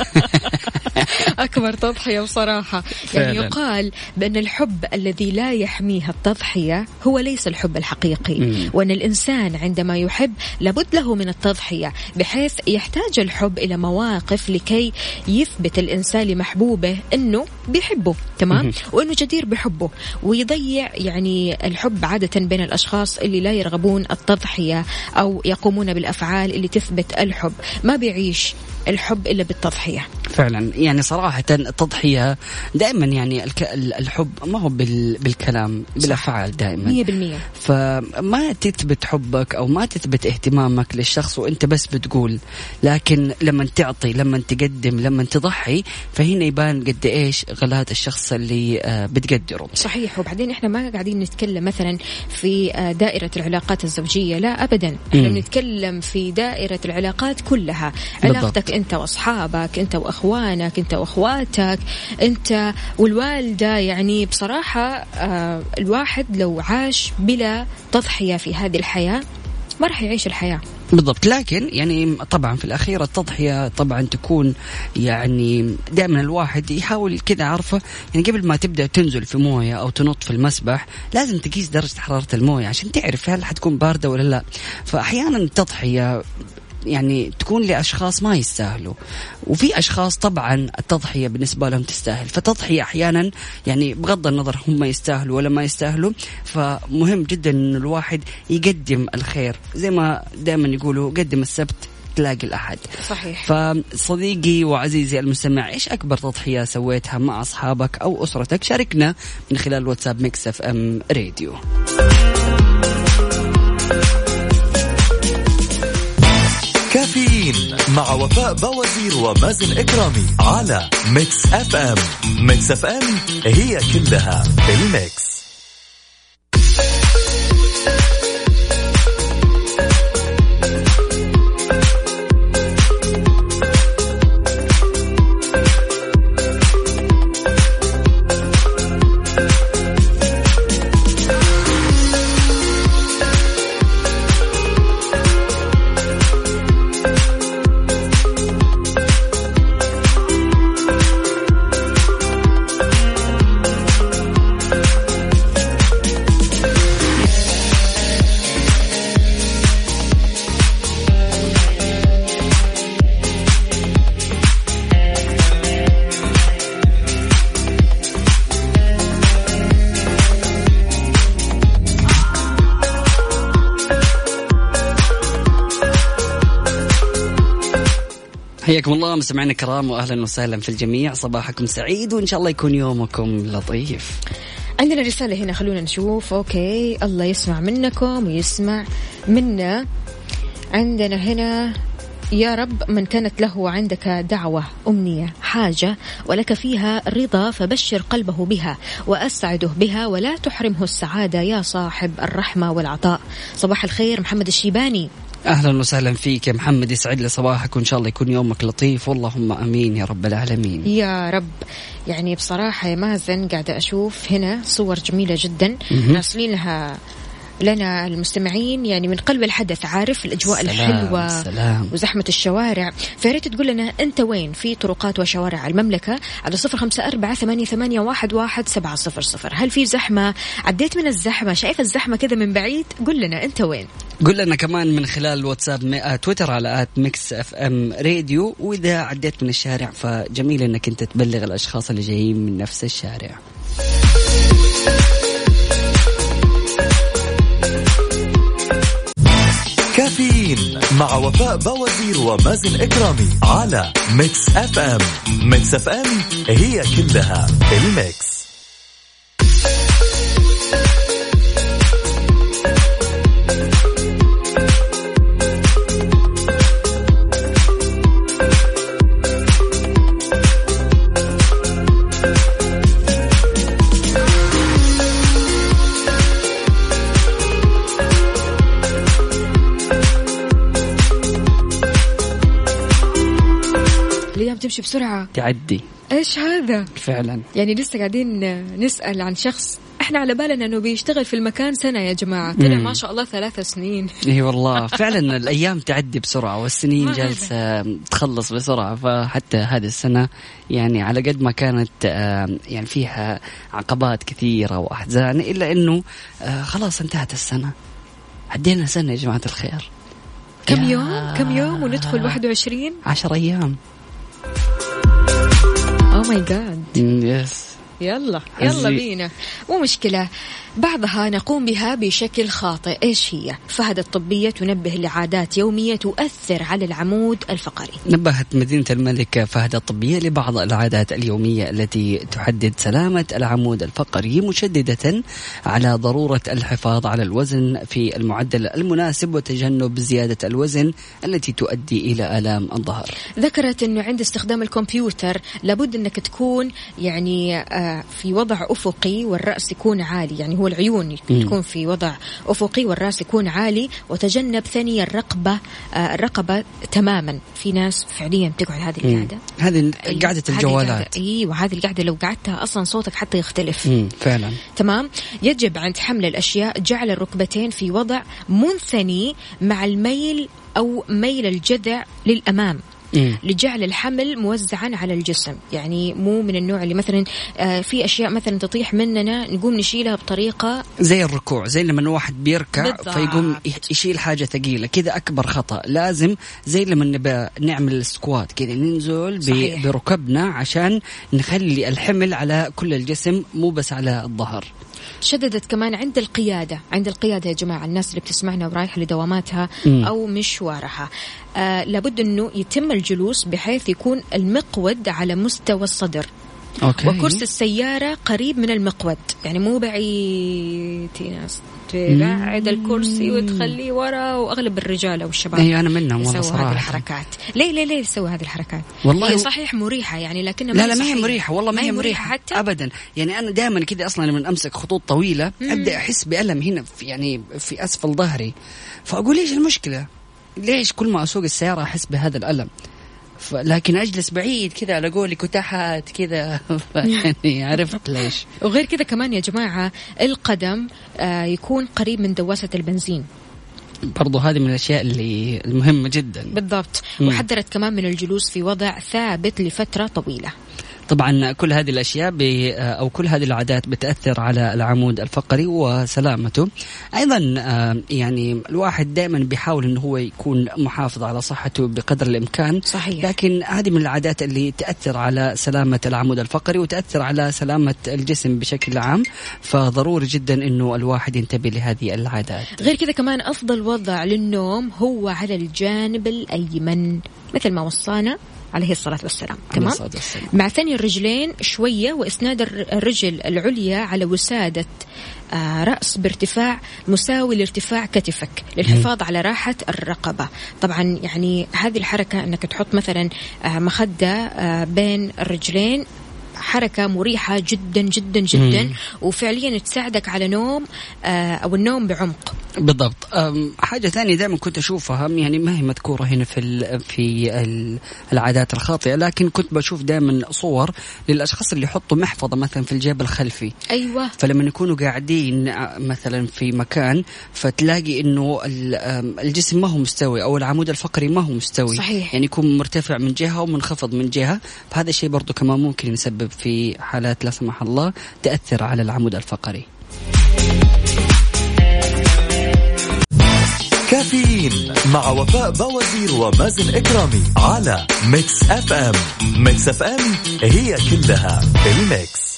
أكبر تضحية بصراحة. يعني يقال بأن الحب الذي لا يحميه التضحية هو ليس الحب الحقيقي، وأن الإنسان عندما يحب لابد له من التضحية، بحيث يحتاج الحب إلى مواقف لكي يثبت الإنسان لمحبوبه أنه بيحبه، تمام، وأنه جدير بحبه، ويضيع يعني الحب عادة بين الأشخاص اللي لا يرغبون التضحية أو يقومون بالأفعال اللي تثبت الحب. ما بيعيش الحب إلا بالتضحية. فعلا يعني صراحة التضحية دائما يعني الحب ما هو بالكلام، بالأفعال دائما 100%. فما تثبت حبك أو ما تثبت اهتمامك للشخص وانت بس بتقول، لكن لما تعطي، لما تقدم، لما تضحي، فهنا يبان قد ايش غلاة الشخص اللي بتقدره. صحيح. وبعدين احنا ما قاعدين نتكلم مثلا في دائرة العلاقات الزوجية، لا أبدا، احنا بنتكلم في دائرة العلاقات كلها. علاقتك انت واصحابك، انت واخوانك، انت واخواتك، انت والوالدة. يعني بصراحة الواحد لو عاش بلا تضحية في هذه الحياة ما راح يعيش الحياة. بالضبط. لكن يعني طبعا في الأخير التضحية طبعا تكون يعني دائما الواحد يحاول كذا، عارفة يعني قبل ما تبدأ تنزل في موية أو تنط في المسبح لازم تقيس درجة حرارة الموية عشان تعرف هل حتكون باردة ولا لا. فأحيانا التضحية يعني تكون لأشخاص ما يستاهلوا، وفي أشخاص طبعا التضحية بالنسبة لهم تستاهل. فتضحية أحيانا يعني بغض النظر هم يستاهلوا ولا ما يستاهلوا، فمهم جدا أن الواحد يقدم الخير، زي ما دائما يقولوا قدم السبت تلاقي الأحد. صحيح. فصديقي وعزيزي المستمع، إيش أكبر تضحية سويتها مع أصحابك أو أسرتك؟ شاركنا من خلال واتساب ميكس اف ام راديو. كافيين مع وفاء بوازير ومازن إكرامي على ميكس اف ام. ميكس اف ام هي كلها بالميكس. حياكم الله مستمعينا الكرام واهلا وسهلا في الجميع. صباحكم سعيد وان شاء الله يكون يومكم لطيف. عندنا رسالة هنا، خلونا نشوف. اوكي، الله يسمع منكم ويسمع منا. عندنا هنا: يا رب من كانت له عندك دعوة، أمنية، حاجة ولك فيها رضا فبشر قلبه بها وأسعده بها ولا تحرمه السعادة يا صاحب الرحمة والعطاء. صباح الخير، محمد الشيباني. أهلا وسهلا فيك يا محمد، يسعد لي صباحك وإن شاء الله يكون يومك لطيف، واللهم أمين يا رب العالمين يا رب. يعني بصراحة يا مازن قاعدة أشوف هنا صور جميلة جدا ناصلينها لنا المستمعين يعني من قلب الحدث، عارف الأجواء الحلوة وزحمة الشوارع. فياريت تقول لنا أنت وين في طرقات وشوارع المملكة على 0548811700. هل في زحمة؟ عديت من الزحمة؟ شايف الزحمة كذا من بعيد؟ قل لنا أنت وين. قل لنا كمان من خلال واتساب تويتر على @mixfmradio. وإذا عديت من الشارع فجميل أنك أنت تبلغ الأشخاص اللي جايين من نفس الشارع. كافيين مع وفاء بوازير ومازن إكرامي على ميكس اف ام. ميكس اف ام هي كلها الميكس. تمشي بسرعة تعدي. إيش هذا فعلا؟ يعني لسه قاعدين نسأل عن شخص إحنا على بالنا أنه بيشتغل في المكان سنة يا جماعة، طلع ما شاء الله 3 سنين. إيه والله فعلا الأيام تعدي بسرعة والسنين جالسة تخلص بسرعة. فحتى هذه السنة يعني على قد ما كانت يعني فيها عقبات كثيرة وأحزان، إلا أنه خلاص انتهت السنة، عدينا سنة يا جماعة الخير. كم يوم وندخل 21 10 أيام. Oh my God. Yes. يلا بينا، مو مشكلة. بعضها نقوم بها بشكل خاطئ. إيش هي؟ فهد الطبية تنبه لعادات يومية تؤثر على العمود الفقري. نبهت مدينة الملك فهد الطبية لبعض العادات اليومية التي تحدد سلامة العمود الفقري، مشددة على ضرورة الحفاظ على الوزن في المعدل المناسب وتجنب زيادة الوزن التي تؤدي إلى آلام الظهر. ذكرت أنه عند استخدام الكمبيوتر لابد أنك تكون يعني في وضع أفقي والرأس يكون عالي، يعني هو العيون تكون في وضع أفقي والرأس يكون عالي، وتجنب ثانيا الرقبة تماما. في ناس فعليا تقعد هذه القعدة، هذه قعدة الجوالات، وهذه القعدة لو قعدتها أصلا صوتك حتى يختلف. فعلا. تمام. يجب عند حمل الأشياء جعل الركبتين في وضع منثني مع الميل أو ميل الجذع للأمام لجعل الحمل موزعا على الجسم. يعني مو من النوع اللي مثلا في أشياء مثلا تطيح مننا نقوم نشيلها بطريقة زي الركوع، زي لما الواحد بيركع بالضبط. فيقوم يشيل حاجة ثقيلة كذا، أكبر خطأ. لازم زي لما نبى نعمل السكوات كذا ننزل بركبنا عشان نخلي الحمل على كل الجسم مو بس على الظهر. شددت كمان عند القيادة يا جماعة، الناس اللي بتسمعنا ورايحة لدواماتها أو مشوارها، لابد أنه يتم الجلوس بحيث يكون المقود على مستوى الصدر. أوكي. وكرسي السيارة قريب من المقود، يعني مو بعيد. ناس تبعد الكرسي وتخليه ورا، وأغلب الرجال أو الشباب أنا منهم والله يسوي هذه الحركات. ليه يسوي هذه الحركات؟ والله هي صحيح مريحة يعني، لكن لا ما هي مريحة والله، ما هي مريحة حتى أبدا. يعني أنا دائما كده أصلا لما أمسك خطوط طويلة أبدأ أحس بألم هنا في أسفل ظهري، فأقول ليش المشكلة؟ ليش كل ما أسوق السيارة أحس بهذا الألم؟ لكن أجلس بعيد كذا على قولي كتاحات كذا يعني عرفت ليش. وغير كذا كمان يا جماعة القدم يكون قريب من دواسة البنزين، برضو هذه من الأشياء اللي المهمة جدا. بالضبط. وحذرت كمان من الجلوس في وضع ثابت لفترة طويلة. طبعا كل هذه الأشياء أو كل هذه العادات بتأثر على العمود الفقري وسلامته. أيضا يعني الواحد دائما بيحاول أنه هو يكون محافظ على صحته بقدر الإمكان. صحيح. لكن هذه من العادات اللي تأثر على سلامة العمود الفقري وتأثر على سلامة الجسم بشكل عام، فضروري جدا أنه الواحد ينتبه لهذه العادات. غير كذا كمان أفضل وضع للنوم هو على الجانب الأيمن مثل ما وصانا عليه الصلاة والسلام. تمام. مع ثني الرجلين شوية، وإسناد الرجل العليا على وسادة رأس بارتفاع مساوي لارتفاع كتفك للحفاظ على راحة الرقبة. طبعا يعني هذه الحركة أنك تحط مثلا مخدة بين الرجلين حركة مريحة جدا جدا جدا، وفعليا تساعدك على نوم أو النوم بعمق. بالضبط. حاجة ثانية دائما كنت أشوفها، يعني ما هي مذكورة هنا في العادات الخاطئة، لكن كنت بشوف دائما صور للأشخاص اللي يحطوا محفظة مثلا في الجيب الخلفي. أيوة. فلما يكونوا قاعدين مثلا في مكان فتلاقي إنه الجسم ما هو مستوي أو العمود الفقري ما هو مستوي. صحيح. يعني يكون مرتفع من جهة ومنخفض من جهة، فهذا الشيء برضو كمان ممكن يسبب في حالات لا سمح الله تأثر على العمود الفقري. كافيين مع وفاء بوازير ومازن إكرامي على ميكس اف ام. ميكس اف ام هي كلها الميكس.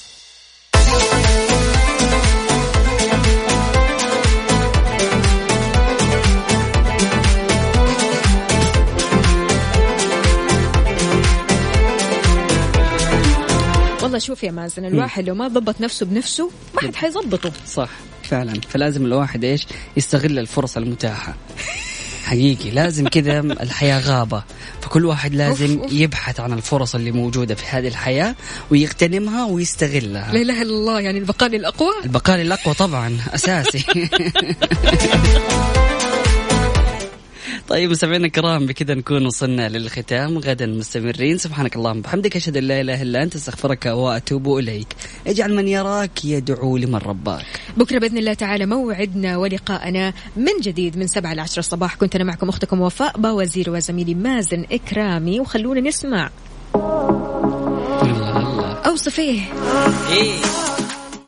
والله شوف يا مازن، الواحد لو ما ضبط نفسه بنفسه ما حد حيضبطه. صح فعلا. فلازم الواحد يستغل الفرص المتاحة حقيقي. لازم كذا الحياة غابة، فكل واحد لازم يبحث عن الفرص اللي موجودة في هذه الحياة ويغتنمها ويستغلها. لا إله إلا الله، يعني البقاء للأقوى. البقاء للأقوى طبعا أساسي. طيب مستمعينا الكرام، بكذا نكون وصلنا للختام. غدا مستمرين. سبحانك اللهم وبحمدك، أشهد أن لا إله إلا أنت، أستغفرك وأتوب إليك. اجعل من يراك يدعو لمن رباك. بكرة بإذن الله تعالى موعدنا ولقاءنا من جديد من 7 إلى 10 الصباح. كنت أنا معكم أختكم وفاء باوزير وزميلي مازن إكرامي، وخلونا نسمع. الله أوصفيه.